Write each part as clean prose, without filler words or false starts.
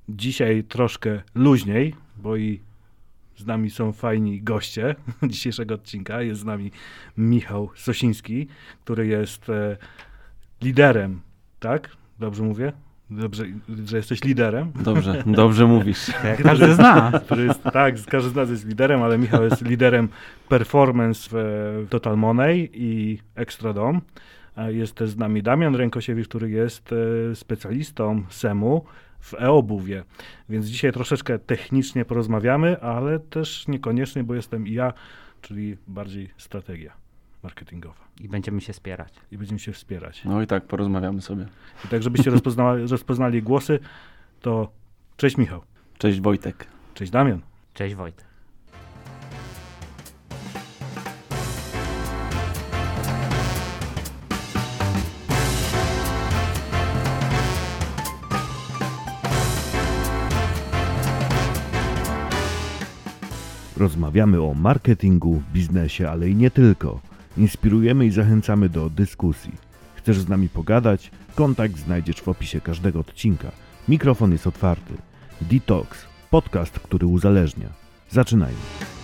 Dzisiaj troszkę luźniej, bo i z nami są fajni goście dzisiejszego odcinka. Jest z nami Michał Sosiński, który jest liderem, tak? Dobrze mówię? Dobrze, że jesteś liderem. Dobrze mówisz. Jak każdy zna. Tak, każdy z nas jest liderem, ale Michał jest liderem performance w Total Money i Extra Dom. Jest też z nami Damian Rękosiewicz, który jest specjalistą SEM-u w e-obuwie. Więc dzisiaj troszeczkę technicznie porozmawiamy, ale też niekoniecznie, bo jestem i ja, czyli bardziej strategia marketingowa. I będziemy się wspierać. No i tak, porozmawiamy sobie. I tak, żebyście rozpoznali głosy, to cześć Michał. Cześć Wojtek. Cześć Damian. Cześć Wojtek. Rozmawiamy o marketingu, biznesie, ale i nie tylko. Inspirujemy i zachęcamy do dyskusji. Chcesz z nami pogadać? Kontakt znajdziesz w opisie każdego odcinka. Mikrofon jest otwarty. Detox, podcast, który uzależnia. Zaczynajmy.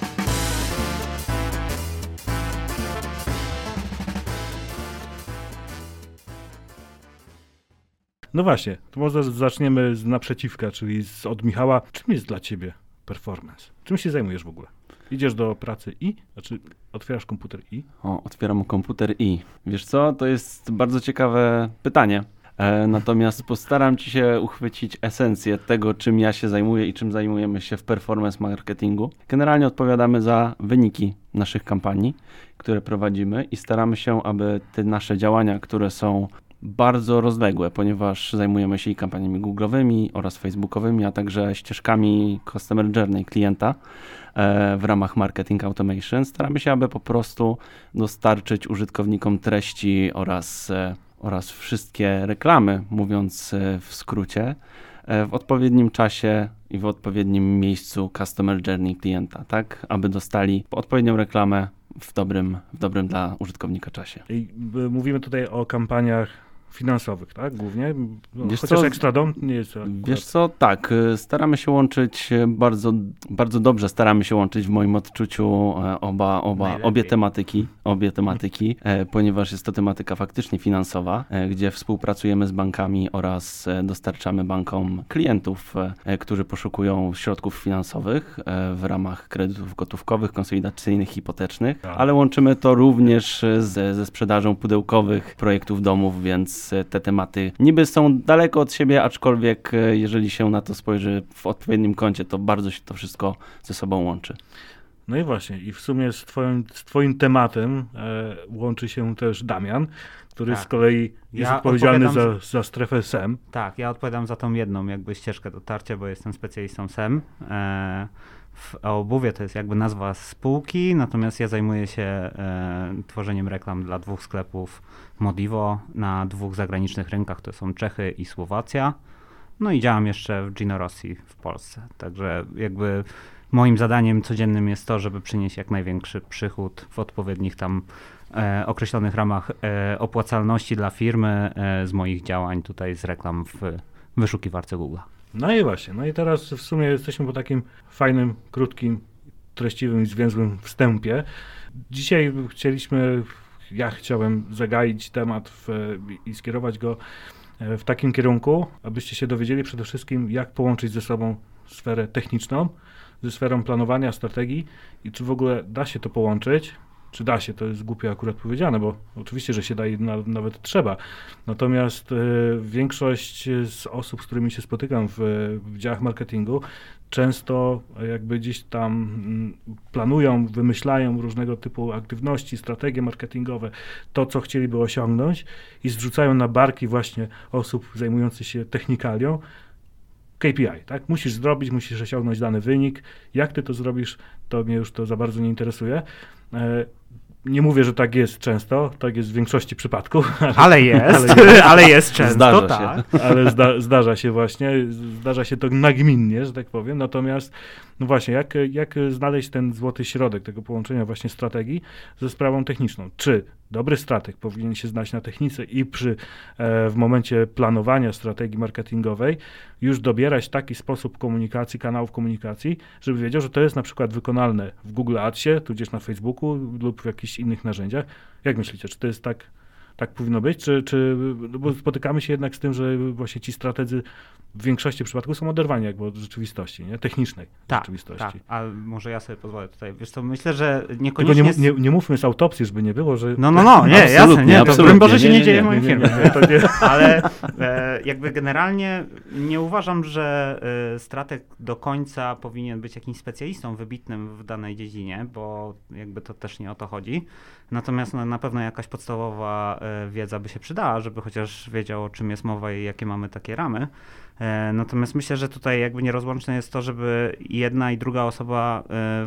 No właśnie, to może zaczniemy z naprzeciwka, czyli od Michała. Czym jest dla ciebie performance? Czym się zajmujesz w ogóle? Idziesz do pracy otwierasz komputer Otwieram komputer Wiesz co, to jest bardzo ciekawe pytanie. Natomiast postaram się uchwycić esencję tego, czym ja się zajmuję i czym zajmujemy się w performance marketingu. Generalnie odpowiadamy za wyniki naszych kampanii, które prowadzimy i staramy się, aby te nasze działania, które są bardzo rozległe, ponieważ zajmujemy się i kampaniami googlowymi oraz facebookowymi, a także ścieżkami customer journey klienta w ramach marketing automation. Staramy się, aby po prostu dostarczyć użytkownikom treści oraz wszystkie reklamy, mówiąc w skrócie, w odpowiednim czasie i w odpowiednim miejscu customer journey klienta, tak, aby dostali odpowiednią reklamę w dobrym dla użytkownika czasie. I mówimy tutaj o kampaniach finansowych, tak? Głównie. Chociaż Extra Dom nie jest akurat. Wiesz co, tak, staramy się łączyć, bardzo dobrze staramy się łączyć w moim odczuciu obie tematyki, ponieważ jest to tematyka faktycznie finansowa, gdzie współpracujemy z bankami oraz dostarczamy bankom klientów, którzy poszukują środków finansowych w ramach kredytów gotówkowych, konsolidacyjnych, hipotecznych, ale łączymy to również ze sprzedażą pudełkowych projektów domów, więc te tematy niby są daleko od siebie, aczkolwiek jeżeli się na to spojrzy w odpowiednim kącie, to bardzo się to wszystko ze sobą łączy. No i właśnie, i w sumie z twoim tematem łączy się też Damian, który z kolei jest odpowiedzialny za strefę SEM. Tak, ja odpowiadam za tą jedną ścieżkę dotarcia, bo jestem specjalistą SEM. W e-obuwie to jest nazwa spółki, natomiast ja zajmuję się tworzeniem reklam dla 2 sklepów Modivo na 2 zagranicznych rynkach, to są Czechy i Słowacja. No i działam jeszcze w Gino Rossi w Polsce. Także moim zadaniem codziennym jest to, żeby przynieść jak największy przychód w odpowiednich tam określonych ramach opłacalności dla firmy z moich działań tutaj z reklam w wyszukiwarce Google. No i właśnie, no i teraz w sumie jesteśmy po takim fajnym, krótkim, treściwym i zwięzłym wstępie. Dzisiaj chciałem zagaić temat i skierować go w takim kierunku, abyście się dowiedzieli przede wszystkim, jak połączyć ze sobą sferę techniczną ze sferą planowania, strategii i czy w ogóle da się to połączyć. Czy da się, to jest głupio akurat powiedziane, bo oczywiście, że się da i nawet trzeba. Natomiast większość z osób, z którymi się spotykam w działach marketingu, często gdzieś tam planują, wymyślają różnego typu aktywności, strategie marketingowe, to co chcieliby osiągnąć i zrzucają na barki właśnie osób zajmujących się technikalią KPI, tak? Musisz osiągnąć dany wynik. Jak ty to zrobisz, to mnie już to za bardzo nie interesuje. Nie mówię, że tak jest często, tak jest w większości przypadków. Ale jest często, zdarza tak. się. Ale zdarza się właśnie, zdarza się to nagminnie, że tak powiem. Natomiast, no właśnie, jak znaleźć ten złoty środek tego połączenia właśnie strategii ze sprawą techniczną? Czy dobry strateg powinien się znać na technice i w momencie planowania strategii marketingowej już dobierać taki sposób komunikacji, kanałów komunikacji, żeby wiedział, że to jest na przykład wykonalne w Google Adsie, tudzież na Facebooku lub w jakichś innych narzędziach. Jak myślicie, czy to jest tak powinno być, no bo spotykamy się jednak z tym, że właśnie ci strategzy w większości przypadków są oderwani jakby od rzeczywistości, nie? Technicznej rzeczywistości. Tak, ale może ja sobie pozwolę tutaj, wiesz co, myślę, że niekoniecznie... Tylko nie mówmy z autopsji, żeby nie było, że... No, nie, jasne, nie, to broń Boże się nie dzieje w moim filmie. Ale jakby generalnie nie uważam, że strateg do końca powinien być jakimś specjalistą wybitnym w danej dziedzinie, bo jakby to też nie o to chodzi. Natomiast na pewno jakaś podstawowa wiedza by się przydała, żeby chociaż wiedział, o czym jest mowa i jakie mamy takie ramy. Natomiast myślę, że tutaj jakby nierozłączne jest to, żeby jedna i druga osoba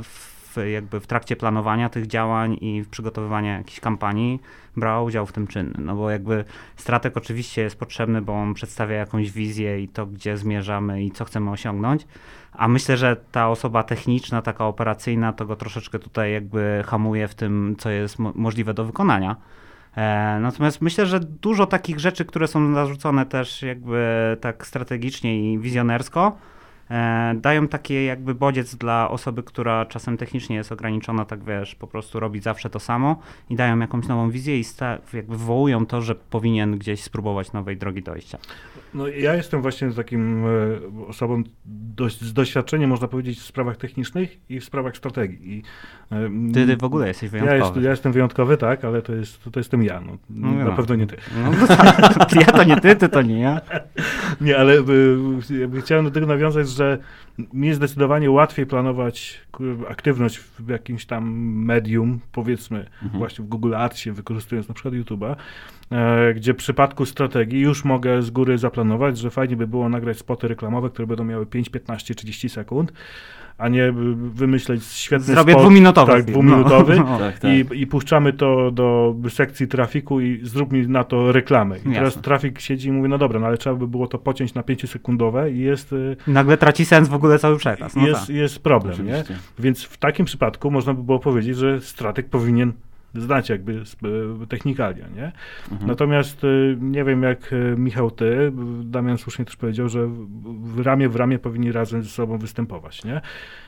w trakcie planowania tych działań i w przygotowywaniu jakichś kampanii brała udział w tym czynny. No bo jakby strateg oczywiście jest potrzebny, bo on przedstawia jakąś wizję i to, gdzie zmierzamy i co chcemy osiągnąć, a myślę, że ta osoba techniczna, taka operacyjna, to go troszeczkę tutaj jakby hamuje w tym, co jest możliwe do wykonania. Natomiast myślę, że dużo takich rzeczy, które są narzucone też jakby tak strategicznie i wizjonersko, dają taki jakby bodziec dla osoby, która czasem technicznie jest ograniczona, tak wiesz, po prostu robi zawsze to samo i dają jakąś nową wizję i jakby wywołują to, że powinien gdzieś spróbować nowej drogi dojścia. No ja jestem właśnie takim osobą z doświadczeniem, można powiedzieć, w sprawach technicznych i w sprawach strategii. Ty w ogóle jesteś wyjątkowy. Ja jestem wyjątkowy, tak, ale to jestem ja. Na pewno nie ty. Ja to nie ty to nie ja. Nie, ale chciałem do tego nawiązać, że mi zdecydowanie łatwiej planować aktywność w jakimś tam medium, powiedzmy właśnie w Google Adsie, wykorzystując na przykład YouTube'a, gdzie w przypadku strategii już mogę z góry zaplanować, że fajnie by było nagrać spoty reklamowe, które będą miały 5, 15, 30 sekund, a nie wymyśleć świetny Zrobię spot. dwuminutowy. Tak, dwuminutowy. Tak. I puszczamy to do sekcji trafiku i zrób mi na to reklamę. I teraz trafik siedzi i mówi, no dobra, no ale trzeba by było to pociąć na 5-sekundowe i jest... Nagle traci sens w ogóle cały przekaz. No jest problem, oczywiście. nie? Więc w takim przypadku można by było powiedzieć, że strateg powinien znać jakby technikalia, nie? Natomiast nie wiem jak Michał, ty, Damian słusznie też powiedział, że ramię w ramię powinni razem ze sobą występować, nie?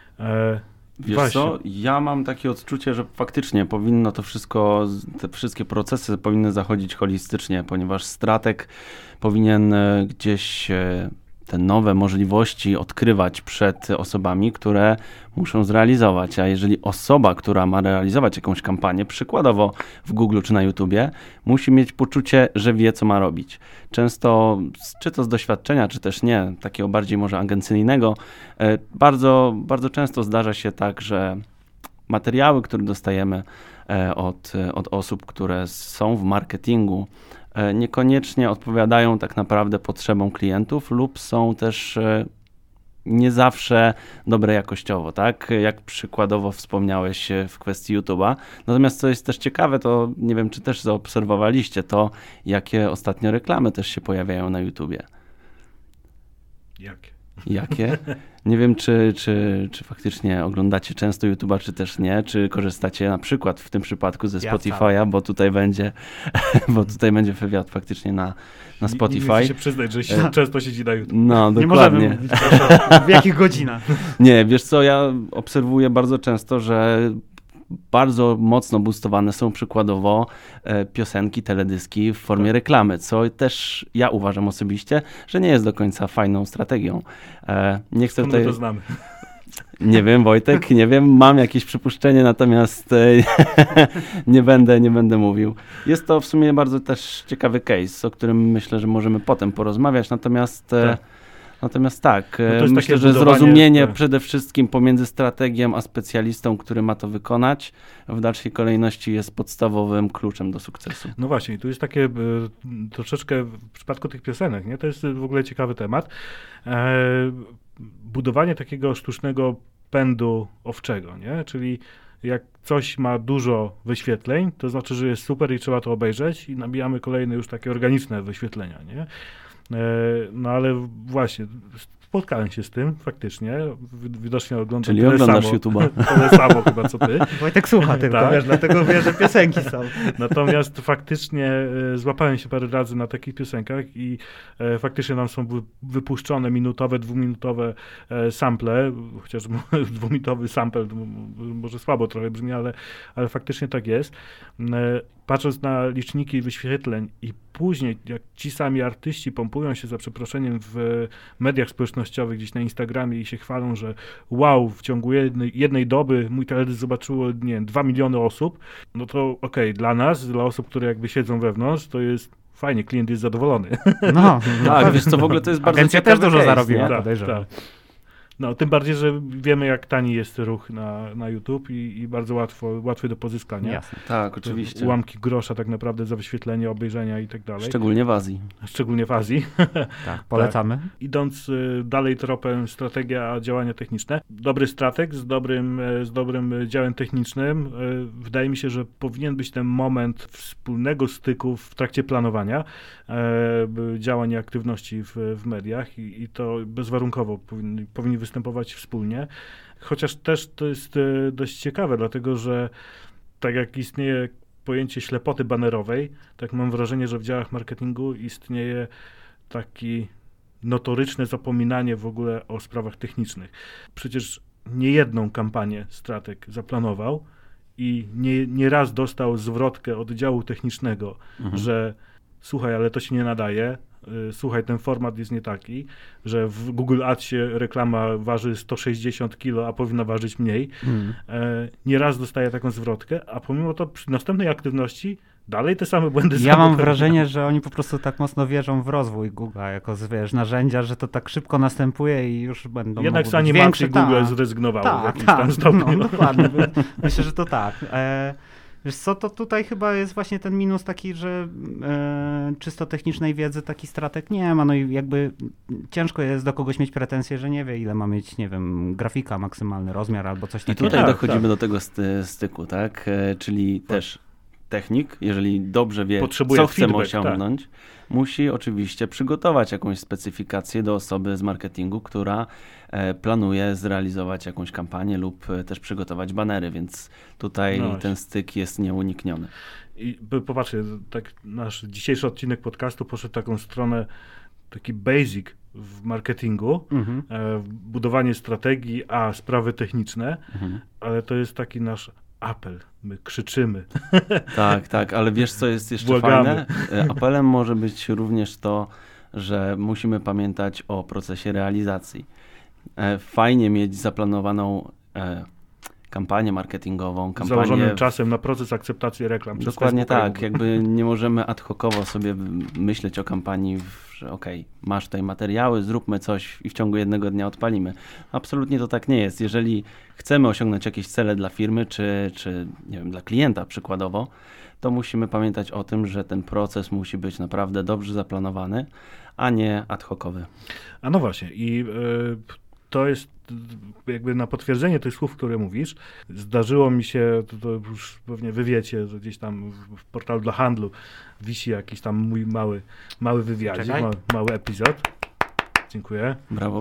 Wiesz co, ja mam takie odczucie, że faktycznie powinno to wszystko, te wszystkie procesy powinny zachodzić holistycznie, ponieważ strateg powinien gdzieś te nowe możliwości odkrywać przed osobami, które muszą zrealizować. A jeżeli osoba, która ma realizować jakąś kampanię, przykładowo w Google czy na YouTubie, musi mieć poczucie, że wie, co ma robić. Często, czy to z doświadczenia, czy też nie, takiego bardziej może agencyjnego, bardzo, bardzo często zdarza się tak, że materiały, które dostajemy od osób, które są w marketingu, niekoniecznie odpowiadają tak naprawdę potrzebom klientów lub są też nie zawsze dobre jakościowo, tak? Jak przykładowo wspomniałeś w kwestii YouTube'a. Natomiast co jest też ciekawe, to nie wiem, czy też zaobserwowaliście to, jakie ostatnio reklamy też się pojawiają na YouTubie. Jakie? Nie wiem, czy faktycznie oglądacie często YouTube'a, czy też nie, czy korzystacie na przykład w tym przypadku ze Spotify'a, bo tutaj będzie wywiad faktycznie na Spotify. Nie chcę się przyznać, że często siedzi na YouTube. No, dokładnie. Nie możemy mówić, w jakich godzinach. Nie, wiesz co, ja obserwuję bardzo często, że bardzo mocno boostowane są przykładowo piosenki, teledyski w formie reklamy, co też ja uważam osobiście, że nie jest do końca fajną strategią. Nie chcę tutaj... to znamy. Nie wiem, Wojtek, nie wiem, mam jakieś przypuszczenie, natomiast nie będę mówił. Jest to w sumie bardzo też ciekawy case, o którym myślę, że możemy potem porozmawiać, natomiast tak, myślę, że zrozumienie przede wszystkim pomiędzy strategiem a specjalistą, który ma to wykonać, w dalszej kolejności jest podstawowym kluczem do sukcesu. No właśnie, i tu jest takie troszeczkę w przypadku tych piosenek, nie? To jest w ogóle ciekawy temat. Budowanie takiego sztucznego pędu owczego, nie? Czyli jak coś ma dużo wyświetleń, to znaczy, że jest super i trzeba to obejrzeć i nabijamy kolejne już takie organiczne wyświetlenia, nie? No ale właśnie, spotkałem się z tym faktycznie. Widocznie oglądam Czyli tyle oglądasz samo, YouTube'a. tyle samo chyba co ty. Wojtek słucha tylko, Tak. wiesz, dlatego wie, że piosenki są. Natomiast faktycznie złapałem się parę razy na takich piosenkach i faktycznie nam są wypuszczone minutowe, dwuminutowe sample, chociaż dwuminutowy sample może słabo trochę brzmi, ale faktycznie tak jest. Patrząc na liczniki wyświetleń i później, jak ci sami artyści pompują się za przeproszeniem w mediach społecznościowych, gdzieś na Instagramie i się chwalą, że wow, w ciągu jednej doby mój teledysk zobaczyło, nie wiem, 2 miliony osób, no to okej, dla nas, dla osób, które jakby siedzą wewnątrz, to jest fajnie, klient jest zadowolony. No, Tak, wiesz co, w ogóle to jest bardzo agencja ciekawy też dużo case, zarobiła, nie? podejrzewam. No, tym bardziej, że wiemy, jak tani jest ruch na YouTube i bardzo łatwy do pozyskania. Jasne. Tak, oczywiście. Ułamki grosza tak naprawdę za wyświetlenie, obejrzenia i tak dalej. Szczególnie w Azji. Szczególnie w Azji. Tak, polecamy. Idąc dalej tropem strategia a działania techniczne, dobry strateg z dobrym działem technicznym, wydaje mi się, że powinien być ten moment wspólnego styku w trakcie planowania działań i aktywności w mediach i to bezwarunkowo powinni występować wspólnie. Chociaż też to jest dość ciekawe, dlatego że tak jak istnieje pojęcie ślepoty banerowej, tak mam wrażenie, że w działach marketingu istnieje taki notoryczne zapominanie w ogóle o sprawach technicznych. Przecież niejedną kampanię strateg zaplanował i nie raz dostał zwrotkę od działu technicznego, że słuchaj, ale to się nie nadaje, słuchaj, ten format jest nie taki, że w Google Adsie reklama waży 160 kg, a powinna ważyć mniej. Nieraz dostaje taką zwrotkę, a pomimo to przy następnej aktywności dalej te same błędy Ja mam wrażenie, że oni po prostu tak mocno wierzą w rozwój Google'a jako, wiesz, narzędzia, że to tak szybko następuje i już będą jednak z mogły być animacji większe. Google zrezygnowało w jakimś tam Tak, stopniu. no, dokładnie. Myślę, że to tak. Wiesz co, to tutaj chyba jest właśnie ten minus taki, że czysto technicznej wiedzy taki strateg nie ma, no i jakby ciężko jest do kogoś mieć pretensje, że nie wie, ile ma mieć, nie wiem, grafika, maksymalny rozmiar albo coś I takiego. tutaj Tak, dochodzimy tak. do tego styku, tak? Czyli też technik, jeżeli dobrze wie, Potrzebuje co chcemy feedback, osiągnąć, musi oczywiście przygotować jakąś specyfikację do osoby z marketingu, która planuje zrealizować jakąś kampanię lub też przygotować banery, więc tutaj No ten styk jest nieunikniony. I popatrzcie, tak nasz dzisiejszy odcinek podcastu poszedł w taką stronę, taki basic w marketingu, budowanie strategii, a sprawy techniczne, ale to jest taki nasz apel. My krzyczymy. Tak, ale wiesz, co jest jeszcze Błagamy. fajne? Apelem może być również to, że musimy pamiętać o procesie realizacji. Fajnie mieć zaplanowaną kampanię marketingową, Założonym czasem na proces akceptacji reklam. przez Dokładnie Facebooka i tak, Google. jakby nie możemy ad hocowo sobie myśleć o kampanii, że okej, masz tutaj materiały, zróbmy coś i w ciągu jednego dnia odpalimy. Absolutnie to tak nie jest. Jeżeli chcemy osiągnąć jakieś cele dla firmy, czy nie wiem, dla klienta przykładowo, to musimy pamiętać o tym, że ten proces musi być naprawdę dobrze zaplanowany, a nie ad hocowy. A no właśnie i to jest jakby na potwierdzenie tych słów, które mówisz. Zdarzyło mi się, to już pewnie wy wiecie, że gdzieś tam w portalu dla handlu wisi jakiś tam mój mały wywiadzik, mały epizod. Dziękuję. Brawo.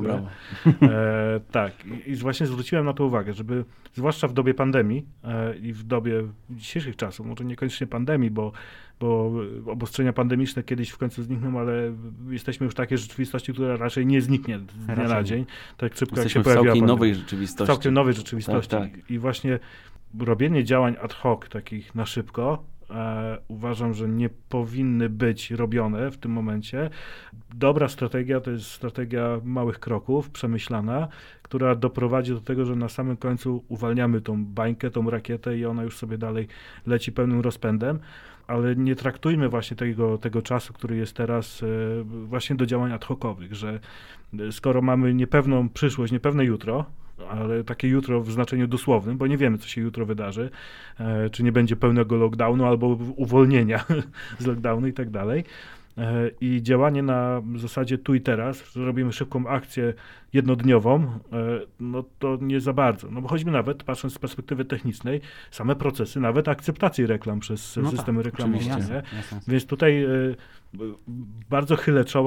Tak, i właśnie zwróciłem na to uwagę, żeby zwłaszcza w dobie pandemii i w dobie dzisiejszych czasów, może niekoniecznie pandemii, bo obostrzenia pandemiczne kiedyś w końcu znikną, ale jesteśmy już w takiej rzeczywistości, która raczej nie zniknie z dnia na dzień. Tak szybko jak się Jesteśmy w pojawiła całkiem pandemia. nowej rzeczywistości. Całkiem nowej rzeczywistości. Tak. I właśnie robienie działań ad hoc, takich na szybko, uważam, że nie powinny być robione w tym momencie. Dobra strategia to jest strategia małych kroków, przemyślana, która doprowadzi do tego, że na samym końcu uwalniamy tą bańkę, tą rakietę i ona już sobie dalej leci pełnym rozpędem, ale nie traktujmy właśnie tego czasu, który jest teraz właśnie do działań ad hocowych, że skoro mamy niepewną przyszłość, niepewne jutro, ale takie jutro w znaczeniu dosłownym, bo nie wiemy, co się jutro wydarzy, czy nie będzie pełnego lockdownu albo uwolnienia z lockdownu i tak dalej. I działanie na zasadzie tu i teraz, że robimy szybką akcję jednodniową, no to nie za bardzo. No bo choćby nawet, patrząc z perspektywy technicznej, same procesy, nawet akceptacji reklam przez systemy reklamowe. oczywiście. Nie? Więc tutaj bardzo chylę czoła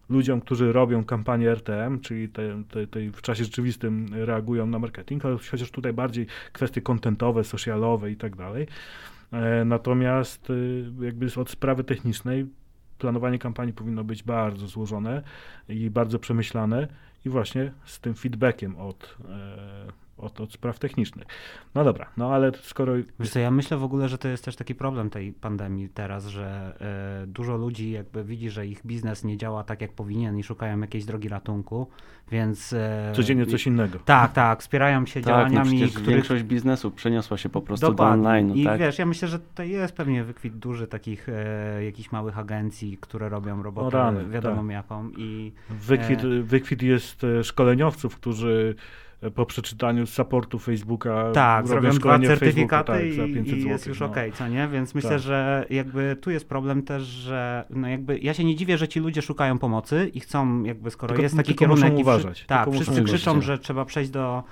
ludziom, którzy robią kampanię RTM, czyli tej w czasie rzeczywistym reagują na marketing, ale chociaż tutaj bardziej kwestie contentowe, socialowe i tak dalej. Natomiast jakby od sprawy technicznej planowanie kampanii powinno być bardzo złożone i bardzo przemyślane i właśnie z tym feedbackiem od spraw technicznych. No dobra, no ale skoro... Wiesz co, ja myślę w ogóle, że to jest też taki problem tej pandemii teraz, że dużo ludzi jakby widzi, że ich biznes nie działa tak, jak powinien i szukają jakiejś drogi ratunku, więc... Codziennie coś innego. Tak, wspierają się działaniami, no których... większość biznesu przeniosła się po prostu Dokładnie. do online. I tak? wiesz, ja myślę, że to jest pewnie wykwit duży takich jakichś małych agencji, które robią robotę wiadomo jaką. I, wykwit jest szkoleniowców, którzy po przeczytaniu supportu Facebooka zrobią 2 certyfikaty za 500 i jest zł, już no. okej, co nie? Więc myślę, że jakby tu jest problem też, że no jakby ja się nie dziwię, że ci ludzie szukają pomocy i chcą jakby, skoro jest taki kierunek muszą uważać. Wszyscy krzyczą, że trzeba przejść do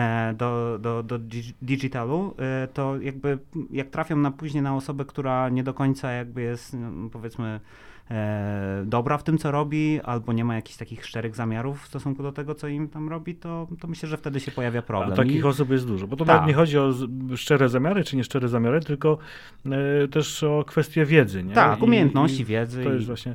digitalu, to jakby jak trafią później na osobę, która nie do końca jakby jest, no, powiedzmy, dobra w tym, co robi, albo nie ma jakichś takich szczerych zamiarów w stosunku do tego, co im tam robi, to myślę, że wtedy się pojawia problem. A takich osób jest dużo, bo to nawet nie chodzi o szczere zamiary, czy nieszczere zamiary, tylko też o kwestię wiedzy, nie? Tak, umiejętności, wiedzy. To jest właśnie...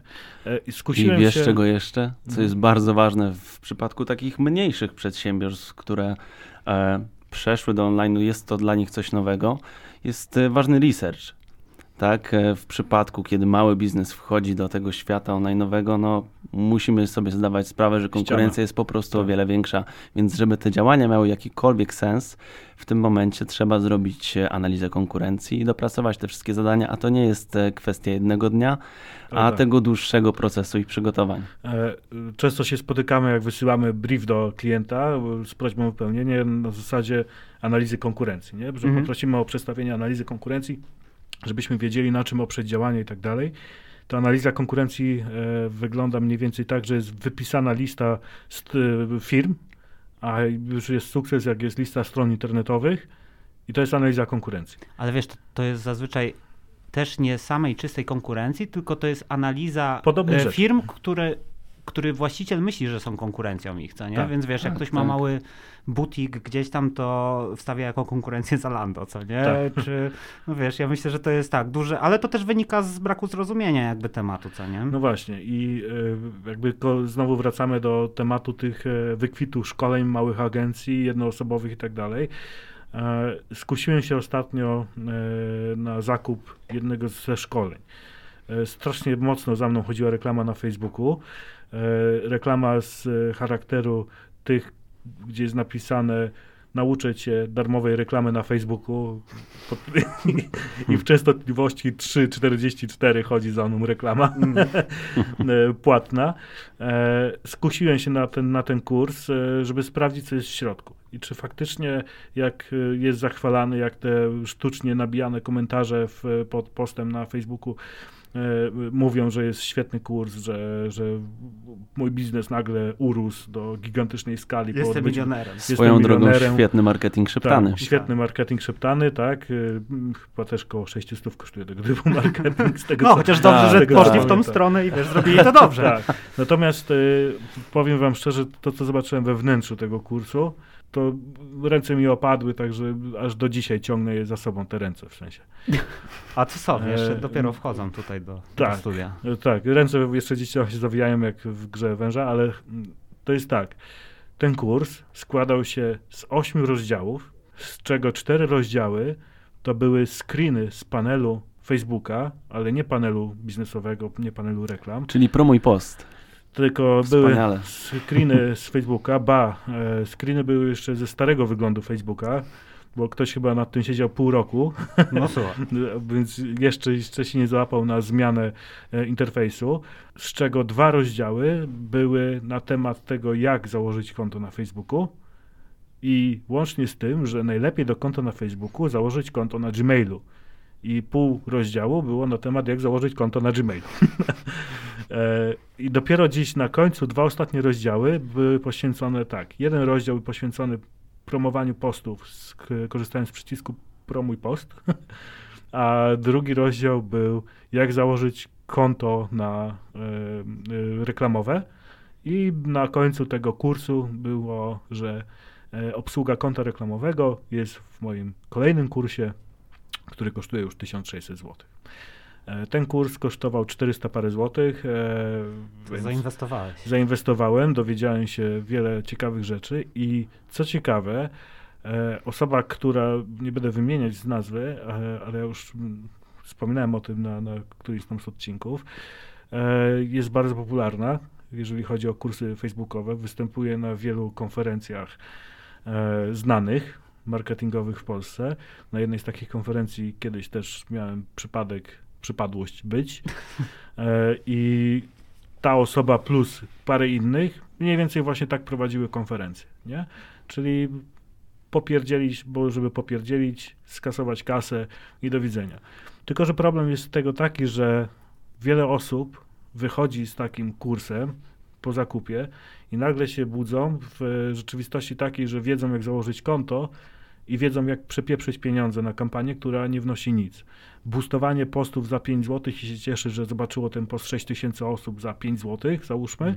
I wiesz czego jeszcze? Co jest bardzo ważne w przypadku takich mniejszych przedsiębiorstw, które przeszły do online'u, jest to dla nich coś nowego, jest ważny research. Tak, w przypadku, kiedy mały biznes wchodzi do tego świata online'owego, no musimy sobie zdawać sprawę, że konkurencja jest po prostu o wiele większa, więc żeby te działania miały jakikolwiek sens, w tym momencie trzeba zrobić analizę konkurencji i dopracować te wszystkie zadania, a to nie jest kwestia jednego dnia, a tego dłuższego procesu i przygotowań. Często się spotykamy, jak wysyłamy brief do klienta z prośbą o wypełnienie na zasadzie analizy konkurencji, nie? Że poprosimy o przedstawienie analizy konkurencji, żebyśmy wiedzieli, na czym oprzeć działanie i tak dalej. Ta analiza konkurencji wygląda mniej więcej tak, że jest wypisana lista firm, a już jest sukces, jak jest lista stron internetowych i to jest analiza konkurencji. Ale wiesz, to jest zazwyczaj też nie samej czystej konkurencji, tylko to jest analiza firm, który właściciel myśli, że są konkurencją ich, co nie? Tak, więc wiesz, jak ktoś ma mały butik gdzieś tam, to wstawia jako konkurencję Zalando, co nie? Tak. Czy, no wiesz, ja myślę, że to jest tak duże, ale to też wynika z braku zrozumienia jakby tematu, co nie? No właśnie i jakby znowu wracamy do tematu tych wykwitu szkoleń, małych agencji, jednoosobowych i tak dalej. Skusiłem się ostatnio na zakup jednego ze szkoleń. Strasznie mocno za mną chodziła reklama na Facebooku. Reklama z charakteru tych, gdzie jest napisane nauczę cię darmowej reklamy na Facebooku i w częstotliwości 3,44 chodzi za mną reklama płatna. Skusiłem się na ten kurs, żeby sprawdzić, co jest w środku i czy faktycznie jak jest zachwalany, jak te sztucznie nabijane komentarze pod postem na Facebooku mówią, że jest świetny kurs, że mój biznes nagle urósł do gigantycznej skali. Jestem milionerem. Swoją drogą świetny marketing szeptany. Tak, świetny marketing szeptany, tak. Chyba też koło 600 kosztuje tego typu marketing. Z tego, chociaż dobrze, że poszli w tą stronę i wiesz, zrobili to dobrze. Tak. Natomiast powiem wam szczerze, to co zobaczyłem we wnętrzu tego kursu, to ręce mi opadły, także aż do dzisiaj ciągnę je za sobą, te ręce w sensie. A co są? Jeszcze dopiero wchodzą tutaj do studia. Tak, ręce jeszcze gdzieś się zawijają jak w grze węża, ale to jest tak. Ten kurs składał się z 8 rozdziałów, z czego 4 rozdziały to były screeny z panelu Facebooka, ale nie panelu biznesowego, nie panelu reklam. Czyli promuj post. Tylko Wspaniale. były screeny z Facebooka, screeny były jeszcze ze starego wyglądu Facebooka, bo ktoś chyba nad tym siedział pół roku, no słuchaj. Więc jeszcze się nie załapał na zmianę interfejsu, z czego 2 rozdziały były na temat tego, jak założyć konto na Facebooku i łącznie z tym, że najlepiej do konta na Facebooku założyć konto na Gmailu. I pół rozdziału było na temat, jak założyć konto na Gmailu. I dopiero dziś na końcu 2 ostatnie rozdziały były poświęcone jeden rozdział był poświęcony promowaniu postów, korzystając z przycisku promuj post, a drugi rozdział był jak założyć konto reklamowe i na końcu tego kursu było, że obsługa konta reklamowego jest w moim kolejnym kursie, który kosztuje już 1600 zł. Ten kurs kosztował 400 parę złotych. Zainwestowałeś. Zainwestowałem, dowiedziałem się wiele ciekawych rzeczy i co ciekawe, osoba, która, nie będę wymieniać z nazwy, ale już wspominałem o tym na którymś tam z odcinków, jest bardzo popularna, jeżeli chodzi o kursy facebookowe. Występuje na wielu konferencjach znanych, marketingowych w Polsce. Na jednej z takich konferencji kiedyś też miałem przypadłość być i ta osoba plus parę innych mniej więcej właśnie tak prowadziły konferencje, nie? Czyli popierdzielić, bo żeby popierdzielić, skasować kasę i do widzenia. Tylko że problem jest tego taki, że wiele osób wychodzi z takim kursem po zakupie i nagle się budzą w rzeczywistości takiej, że wiedzą, jak założyć konto i wiedzą, jak przepieprzyć pieniądze na kampanię, która nie wnosi nic. Boostowanie postów za 5 zł i się cieszy, że zobaczyło ten post 6000 osób za 5 zł, załóżmy.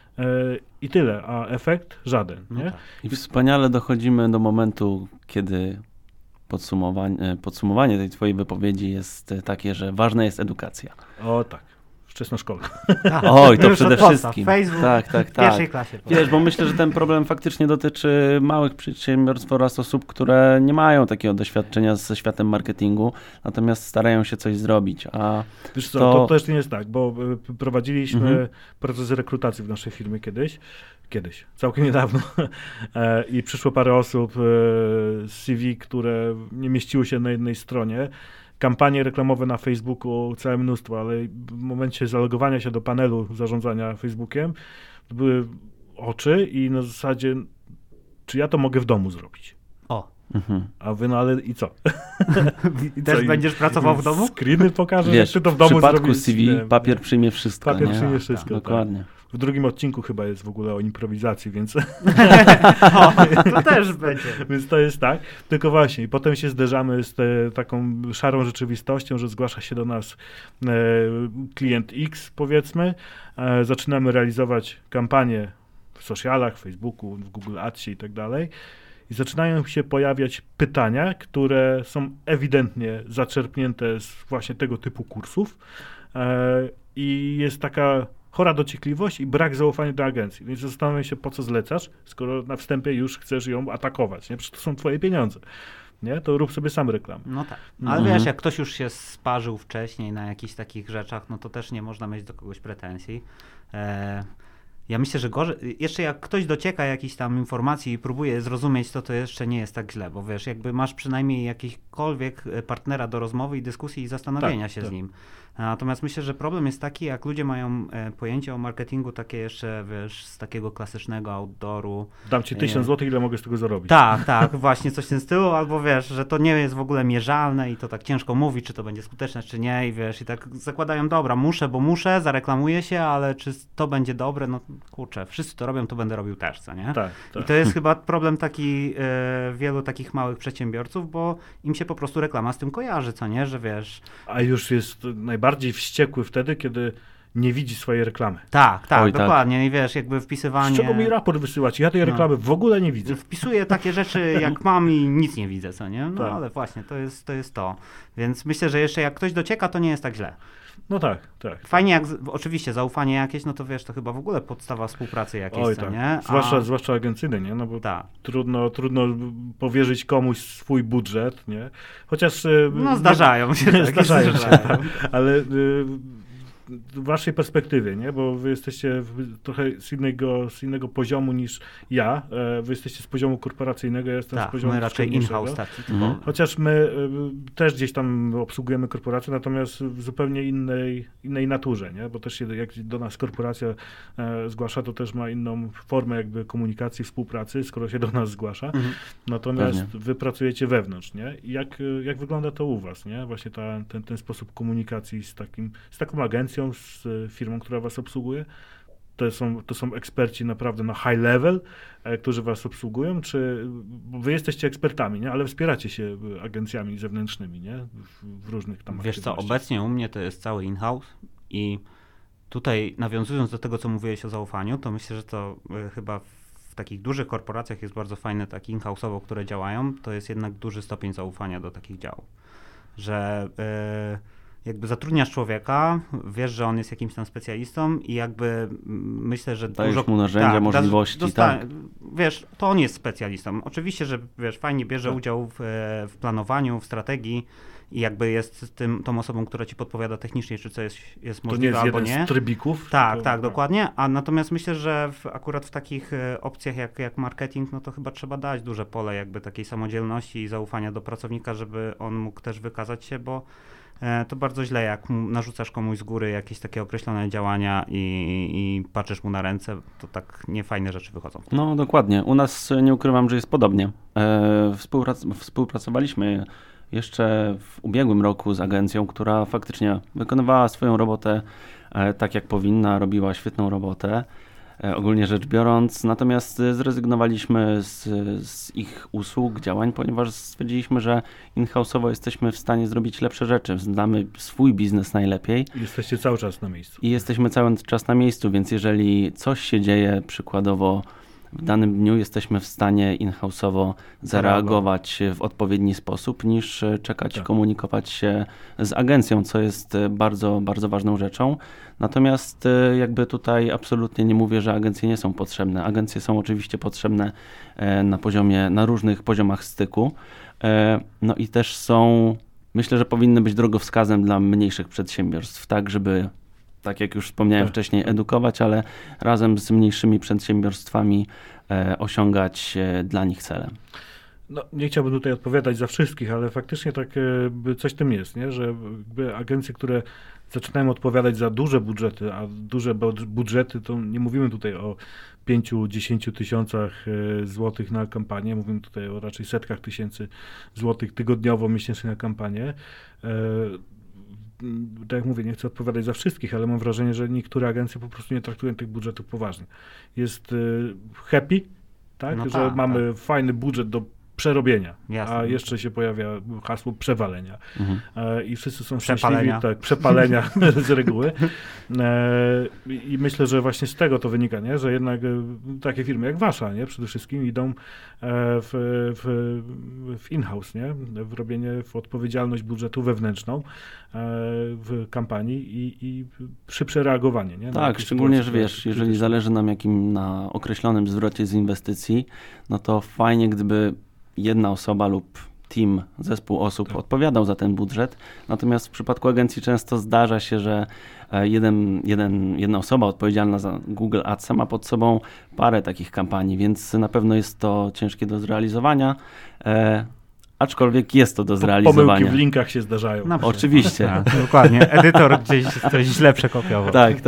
I tyle, a efekt żaden. Nie? No tak. I wspaniale dochodzimy do momentu, kiedy podsumowanie tej twojej wypowiedzi jest takie, że ważna jest edukacja. O tak, wczesnoszkolna. Oj, to Już przede od podstaw. wszystkim. Facebook Tak. w pierwszej klasie. Wiesz, bo myślę, że ten problem faktycznie dotyczy małych przedsiębiorstw oraz osób, które nie mają takiego doświadczenia ze światem marketingu, natomiast starają się coś zrobić. A Wiesz co, to też nie jest tak, bo prowadziliśmy proces rekrutacji w naszej firmie kiedyś, całkiem niedawno i przyszło parę osób z CV, które nie mieściły się na jednej stronie. Kampanie reklamowe na Facebooku całe mnóstwo, ale w momencie zalogowania się do panelu zarządzania Facebookiem były oczy i na zasadzie, czy ja to mogę w domu zrobić? O. A wy, no ale i co? I też będziesz pracował w domu? Screeny pokażę, wiesz, czy to w domu w przypadku zrobić? CV papier przyjmie wszystko. Papier nie? przyjmie wszystko, tak. Dokładnie. W drugim odcinku chyba jest w ogóle o improwizacji, więc... O, to też będzie. Więc to jest tak. Tylko właśnie, i potem się zderzamy z taką szarą rzeczywistością, że zgłasza się do nas klient X, powiedzmy. Zaczynamy realizować kampanię w socialach, w Facebooku, w Google Adsie i tak dalej. I zaczynają się pojawiać pytania, które są ewidentnie zaczerpnięte z właśnie tego typu kursów. I jest taka chora dociekliwość i brak zaufania do agencji. Więc zastanawiam się, po co zlecasz, skoro na wstępie już chcesz ją atakować. Nie? Przecież to są twoje pieniądze. Nie? To rób sobie sam reklamę. No tak. Ale wiesz, jak ktoś już się sparzył wcześniej na jakichś takich rzeczach, no to też nie można mieć do kogoś pretensji. Ja myślę, że gorzej, jeszcze jak ktoś docieka jakichś tam informacji i próbuje zrozumieć, to jeszcze nie jest tak źle, bo wiesz, jakby masz przynajmniej jakikolwiek partnera do rozmowy i dyskusji i zastanowienia się z nim. Natomiast myślę, że problem jest taki, jak ludzie mają pojęcie o marketingu takie jeszcze, wiesz, z takiego klasycznego outdooru. Dam ci 1000 zł, ile mogę z tego zarobić. Tak, właśnie coś w tym stylu, albo wiesz, że to nie jest w ogóle mierzalne i to tak ciężko mówić, czy to będzie skuteczne, czy nie i wiesz, i tak zakładają, dobra, muszę, zareklamuję się, ale czy to będzie dobre, no kurczę, wszyscy to robią, to będę robił też, co nie? Tak. I to jest chyba problem taki wielu takich małych przedsiębiorców, bo im się po prostu reklama z tym kojarzy, co nie, że wiesz... A już jest najbardziej wściekły wtedy, kiedy nie widzi swojej reklamy. Tak, Oj, dokładnie. I wiesz, jakby wpisywanie... Z czego mi raport wysyłać? Ja tej reklamy w ogóle nie widzę. Wpisuję takie rzeczy, jak mam i nic nie widzę, co nie? No tak. ale właśnie, to jest to. Więc myślę, że jeszcze jak ktoś docieka, to nie jest tak źle. No tak. Fajnie, jak oczywiście zaufanie jakieś, no to wiesz, to chyba w ogóle podstawa współpracy jakiejś, co nie? Zwłaszcza agencyjne, nie? No bo tak. trudno powierzyć komuś swój budżet, nie? Chociaż... No zdarzają się. Tak, ale w waszej perspektywie, nie? Bo wy jesteście trochę z innego poziomu niż ja. Wy jesteście z poziomu korporacyjnego, ja jestem z poziomu my raczej in-house taki. Chociaż my też gdzieś tam obsługujemy korporacje, natomiast w zupełnie innej naturze, nie? Bo też się, jak do nas korporacja zgłasza, to też ma inną formę jakby komunikacji, współpracy, skoro się do nas zgłasza. Natomiast wy pracujecie wewnątrz, nie? I jak wygląda to u was, nie? Właśnie ten sposób komunikacji z taką agencją, z firmą, która was obsługuje? To są eksperci naprawdę na high level, którzy was obsługują, czy bo wy jesteście ekspertami, nie? Ale wspieracie się agencjami zewnętrznymi, nie? W różnych tam Wiesz co, obecnie u mnie to jest cały in-house I tutaj nawiązując do tego, co mówiłeś o zaufaniu, to myślę, że to chyba w takich dużych korporacjach jest bardzo fajne, tak in-house'owo, które działają, to jest jednak duży stopień zaufania do takich działów. Że jakby zatrudniasz człowieka, wiesz, że on jest jakimś tam specjalistą i jakby myślę, że dajesz dużo... mu narzędzia, możliwości, tak. Wiesz, to on jest specjalistą. Oczywiście, że wiesz, fajnie bierze tak. udział w planowaniu, w strategii i jakby jest tą osobą, która ci podpowiada technicznie, czy co jest możliwe albo To nie jest jeden z trybików? Tak, dokładnie. A natomiast myślę, że akurat w takich opcjach jak marketing, no to chyba trzeba dać duże pole jakby takiej samodzielności i zaufania do pracownika, żeby on mógł też wykazać się, bo to bardzo źle, jak narzucasz komuś z góry jakieś takie określone działania i patrzysz mu na ręce, to tak niefajne rzeczy wychodzą. No dokładnie. U nas nie ukrywam, że jest podobnie. Współpracowaliśmy jeszcze w ubiegłym roku z agencją, która faktycznie wykonywała swoją robotę tak jak powinna, robiła świetną robotę, ogólnie rzecz biorąc, natomiast zrezygnowaliśmy z ich usług, działań, ponieważ stwierdziliśmy, że in-house'owo jesteśmy w stanie zrobić lepsze rzeczy, znamy swój biznes najlepiej. I jesteście cały czas na miejscu. I jesteśmy cały czas na miejscu, więc jeżeli coś się dzieje, przykładowo w danym dniu jesteśmy w stanie in-house'owo zareagować w odpowiedni sposób, niż czekać, komunikować się z agencją, co jest bardzo, bardzo ważną rzeczą. Natomiast jakby tutaj absolutnie nie mówię, że agencje nie są potrzebne. Agencje są oczywiście potrzebne na różnych poziomach styku. No i też myślę, że powinny być drogowskazem dla mniejszych przedsiębiorstw, tak żeby, tak jak już wspomniałem wcześniej, edukować, ale razem z mniejszymi przedsiębiorstwami osiągać dla nich cele. No, nie chciałbym tutaj odpowiadać za wszystkich, ale faktycznie tak coś w tym jest, nie? Że agencje, które zaczynają odpowiadać za duże budżety, a duże budżety to nie mówimy tutaj o 5-10 tysiącach złotych na kampanię, mówimy tutaj o raczej setkach tysięcy złotych tygodniowo, miesięcznie na kampanię. Tak jak mówię, nie chcę odpowiadać za wszystkich, ale mam wrażenie, że niektóre agencje po prostu nie traktują tych budżetów poważnie. Jest happy, tak? No że tak, mamy fajny budżet do przerobienia, jasne, a jeszcze się pojawia hasło przewalenia. I wszyscy są przepalenia. szczęśliwi, tak, przepalenia z reguły. I myślę, że właśnie z tego to wynika, nie? Że jednak takie firmy jak wasza, nie? Przede wszystkim idą w in-house, nie? W odpowiedzialność budżetu wewnętrzną w kampanii i szybsze reagowanie. Nie? Tak, szczególnie, że wiesz, jeżeli zależy nam na określonym zwrocie z inwestycji, no to fajnie, gdyby jedna osoba lub team, zespół osób odpowiadał za ten budżet. Natomiast w przypadku agencji często zdarza się, że jedna osoba odpowiedzialna za Google Ads ma pod sobą parę takich kampanii, więc na pewno jest to ciężkie do zrealizowania. Aczkolwiek jest to do zrealizowania. Pomyłki w linkach się zdarzają. Oczywiście. Tak, dokładnie. Edytor gdzieś coś źle przekopiował. Tak.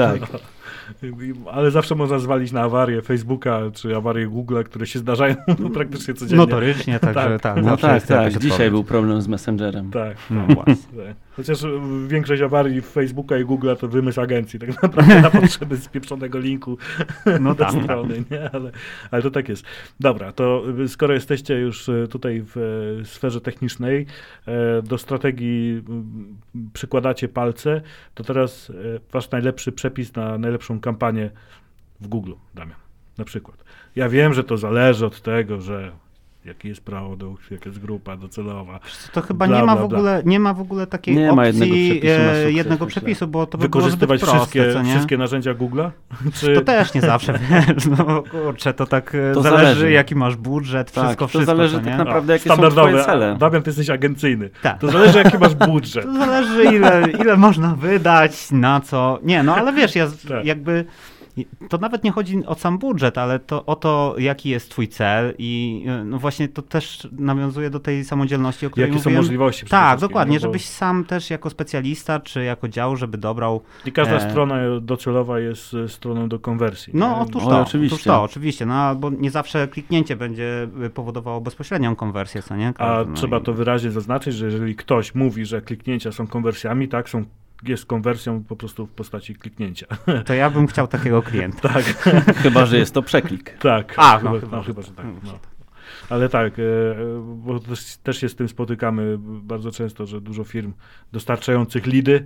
Ale zawsze można zwalić na awarię Facebooka czy awarię Google'a, które się zdarzają praktycznie codziennie. Notorycznie, także tak. No tak. Dzisiaj był problem z Messengerem. Tak, no właśnie. Chociaż większość awarii Facebooka i Google'a to wymysł agencji, tak naprawdę na potrzeby spieprzonego linku do strony, nie? Ale to tak jest. Dobra, to skoro jesteście już tutaj w sferze technicznej, do strategii przykładacie palce, to teraz wasz najlepszy przepis na najlepszą kampanię w Google, Damian, na przykład. Ja wiem, że to zależy od tego, że jaki jest produkt, jaka jest grupa docelowa. To chyba nie ma w ogóle takiej opcji jednego przepisu, bo to by było zbyt proste, wszystkie narzędzia Google'a? To też nie zawsze, wiesz, no kurczę, to tak to zależy jaki masz budżet, wszystko. To zależy tak naprawdę jakie są twoje cele. Damian, ty jesteś agencyjny. Tak. To zależy jaki masz budżet. To zależy ile można wydać, na co. Nie, no ale wiesz, jakby to nawet nie chodzi o sam budżet, ale o to, jaki jest twój cel i no właśnie to też nawiązuje do tej samodzielności, o której mówiłem. Jakie są możliwości? Tak, dokładnie, no żebyś sam też jako specjalista, czy jako dział, żeby dobrał... I każda strona docelowa jest stroną do konwersji. No oczywiście, no albo nie zawsze kliknięcie będzie powodowało bezpośrednią konwersję, co nie? Trzeba to wyraźnie zaznaczyć, że jeżeli ktoś mówi, że kliknięcia są konwersjami, tak, jest konwersją po prostu w postaci kliknięcia. To ja bym chciał takiego klienta. Tak. Chyba, że jest to przeklik. Tak. Chyba, że tak. No. Ale tak, bo też się z tym spotykamy bardzo często, że dużo firm dostarczających lidy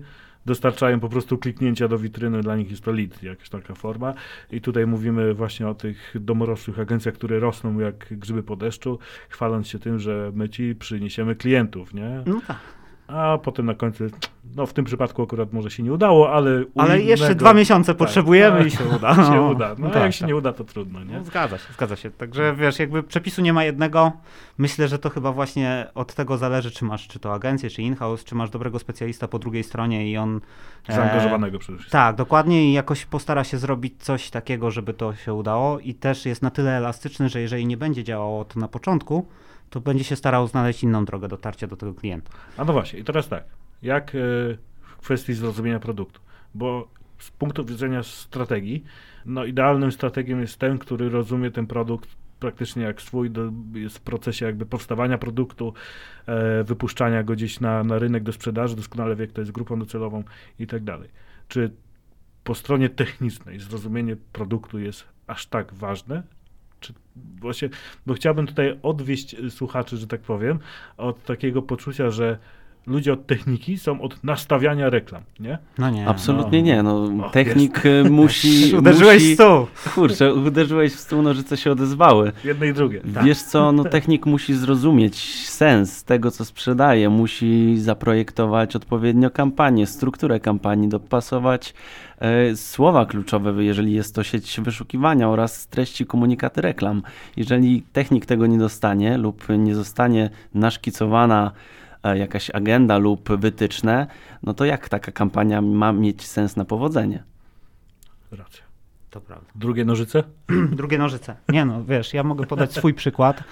dostarczają po prostu kliknięcia do witryny, dla nich jest to lead, jakaś taka forma. I tutaj mówimy właśnie o tych domorosłych agencjach, które rosną jak grzyby po deszczu, chwaląc się tym, że my ci przyniesiemy klientów, nie? No tak. A potem na końcu, no w tym przypadku akurat może się nie udało, ale Ale jeszcze 2 miesiące potrzebujemy i się uda. Się uda. No tak, jak się nie uda, to trudno, nie? No, zgadza się. Także wiesz, jakby przepisu nie ma jednego. Myślę, że to chyba właśnie od tego zależy, czy masz czy to agencję, czy in-house, czy masz dobrego specjalista po drugiej stronie i on... Zaangażowanego przede wszystkim. Tak, dokładnie i jakoś postara się zrobić coś takiego, żeby to się udało i też jest na tyle elastyczny, że jeżeli nie będzie działało to na początku, to będzie się starał znaleźć inną drogę dotarcia do tego klienta. A no właśnie, i teraz tak, jak w kwestii zrozumienia produktu, bo z punktu widzenia strategii, no idealnym strategiem jest ten, który rozumie ten produkt praktycznie jak swój, jest w procesie jakby powstawania produktu, wypuszczania go gdzieś na rynek do sprzedaży, doskonale wie, kto jest grupą docelową i tak dalej. Czy po stronie technicznej zrozumienie produktu jest aż tak ważne? Czy właśnie, bo chciałbym tutaj odwieść słuchaczy, że tak powiem, od takiego poczucia, że ludzie od techniki są od nastawiania reklam, nie? No nie. Absolutnie nie. Technik musi... Uderzyłeś w stół. Kurczę, uderzyłeś w stół, nożyce się odezwały. Jedne i drugie. Wiesz co, technik musi zrozumieć sens tego, co sprzedaje, musi zaprojektować odpowiednio kampanię, strukturę kampanii, dopasować słowa kluczowe, jeżeli jest to sieć wyszukiwania oraz treści komunikaty reklam. Jeżeli technik tego nie dostanie lub nie zostanie naszkicowana jakaś agenda lub wytyczne, no to jak taka kampania ma mieć sens na powodzenie? Racja. To prawda. Drugie nożyce? Drugie nożyce. Nie no, wiesz, ja mogę podać swój przykład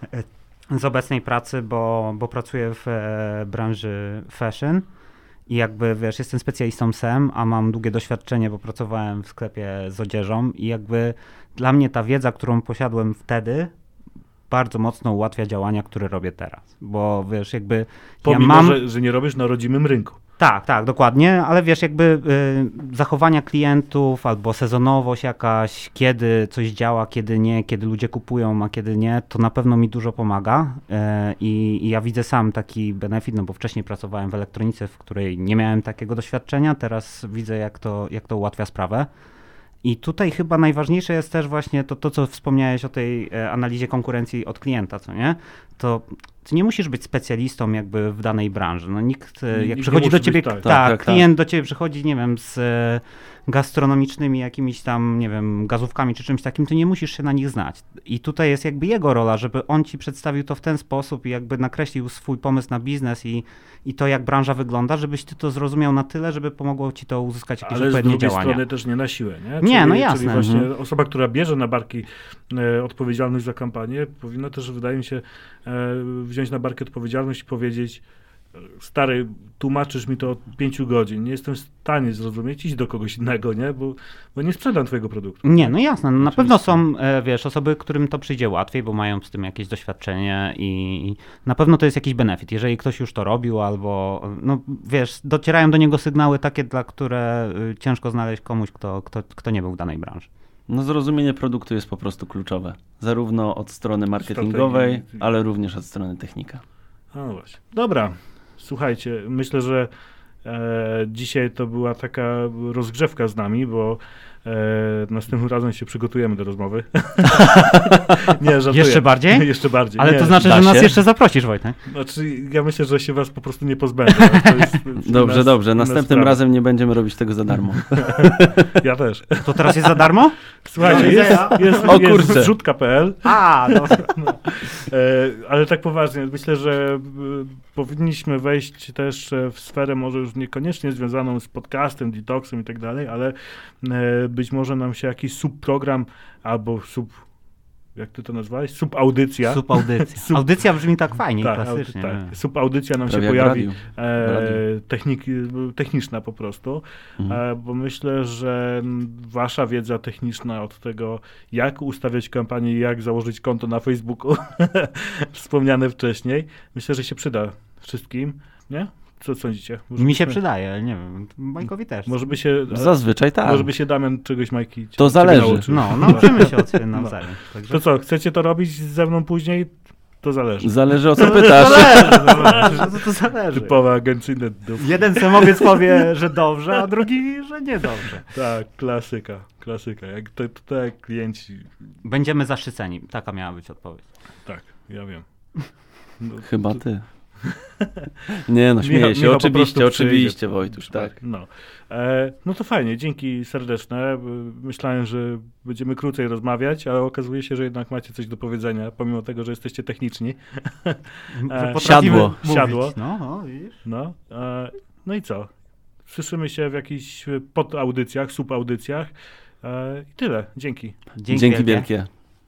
z obecnej pracy, bo pracuję w branży fashion i jakby, wiesz, jestem specjalistą SEM, a mam długie doświadczenie, bo pracowałem w sklepie z odzieżą i jakby dla mnie ta wiedza, którą posiadłem wtedy, bardzo mocno ułatwia działania, które robię teraz, bo wiesz, jakby Pomimo, że nie robisz na rodzimym rynku. Tak, dokładnie, ale wiesz, jakby zachowania klientów albo sezonowość jakaś, kiedy coś działa, kiedy nie, kiedy ludzie kupują, a kiedy nie, to na pewno mi dużo pomaga i ja widzę sam taki benefit, no bo wcześniej pracowałem w elektronice, w której nie miałem takiego doświadczenia, teraz widzę, jak to ułatwia sprawę. I tutaj chyba najważniejsze jest też właśnie to, co wspomniałeś o tej analizie konkurencji od klienta, co nie? To ty nie musisz być specjalistą jakby w danej branży. No nikt jak przychodzi do ciebie, klient do ciebie przychodzi, nie wiem, z gastronomicznymi jakimiś tam, nie wiem, gazówkami czy czymś takim, ty nie musisz się na nich znać. I tutaj jest jakby jego rola, żeby on ci przedstawił to w ten sposób i jakby nakreślił swój pomysł na biznes i to, jak branża wygląda, żebyś ty to zrozumiał na tyle, żeby pomogło ci to uzyskać jakieś odpowiednie działania. Ale z drugiej strony też nie na siłę, nie? Nie, no jasne. Czyli właśnie osoba, która bierze na barki odpowiedzialność za kampanię, powinna też, wydaje mi się, wziąć na barki odpowiedzialność i powiedzieć: stary, tłumaczysz mi to od 5 godzin, nie jestem w stanie zrozumieć, idź do kogoś innego, nie? Bo nie sprzedam twojego produktu. Nie, no jasne, no na pewno są, wiesz, osoby, którym to przyjdzie łatwiej, bo mają z tym jakieś doświadczenie i na pewno to jest jakiś benefit. Jeżeli ktoś już to robił albo, no wiesz, docierają do niego sygnały takie, dla które ciężko znaleźć komuś, kto nie był w danej branży. No zrozumienie produktu jest po prostu kluczowe, zarówno od strony marketingowej, ale również od strony technika. No właśnie. Dobra. Słuchajcie, myślę, że dzisiaj to była taka rozgrzewka z nami, bo następnym razem się przygotujemy do rozmowy. Nie, żartuję. Jeszcze bardziej? Jeszcze bardziej. Ale nie, to znaczy, że nas jeszcze zaprosisz, Wojtek? Znaczy, ja myślę, że się was po prostu nie pozbędę. Dobrze. Następnym razem nie będziemy robić tego za darmo. Ja też. To teraz jest za darmo? Słuchajcie, jest wrzutka.pl. No. Ale tak poważnie, myślę, że powinniśmy wejść też w sferę może już niekoniecznie związaną z podcastem, detoksem i tak dalej, ale być może nam się jakiś subprogram albo jak ty to nazwałeś? Subaudycja. Audycja brzmi tak fajnie, klasycznie. Tak. Subaudycja nam prawie się pojawi, w techniczna po prostu, bo myślę, że wasza wiedza techniczna od tego, jak ustawiać kampanię, jak założyć konto na Facebooku, wspomniane wcześniej, myślę, że się przyda wszystkim, nie? Co sądzicie? Mi się przydaje, nie wiem, Majkowi też. Może by się... Zazwyczaj tak. Może by się Damian czegoś Majki to zależy. Nauczymy się od siebie nawzajem. Także... To co, chcecie to robić ze mną później? To zależy. Zależy o co pytasz. To zależy. Typowe agencyjne dupy. Jeden samowiec powie, że dobrze, a drugi, że niedobrze. Tak, klasyka. Jak to jak klienci, Będziemy zaszyceni. Taka miała być odpowiedź. tak, ja wiem. No, Chyba ty. Nie no, śmieję się. Michał po prostu Oczywiście, przyjdzie. Wojtuś, tak. No. No to fajnie, dzięki serdeczne. Myślałem, że będziemy krócej rozmawiać, ale okazuje się, że jednak macie coś do powiedzenia, pomimo tego, że jesteście techniczni. Że potrafimy Siadło. mówić. Siadło. No, widzisz? No i co? Słyszymy się w jakichś podaudycjach, subaudycjach. I tyle. Dzięki. Dzięki wielkie.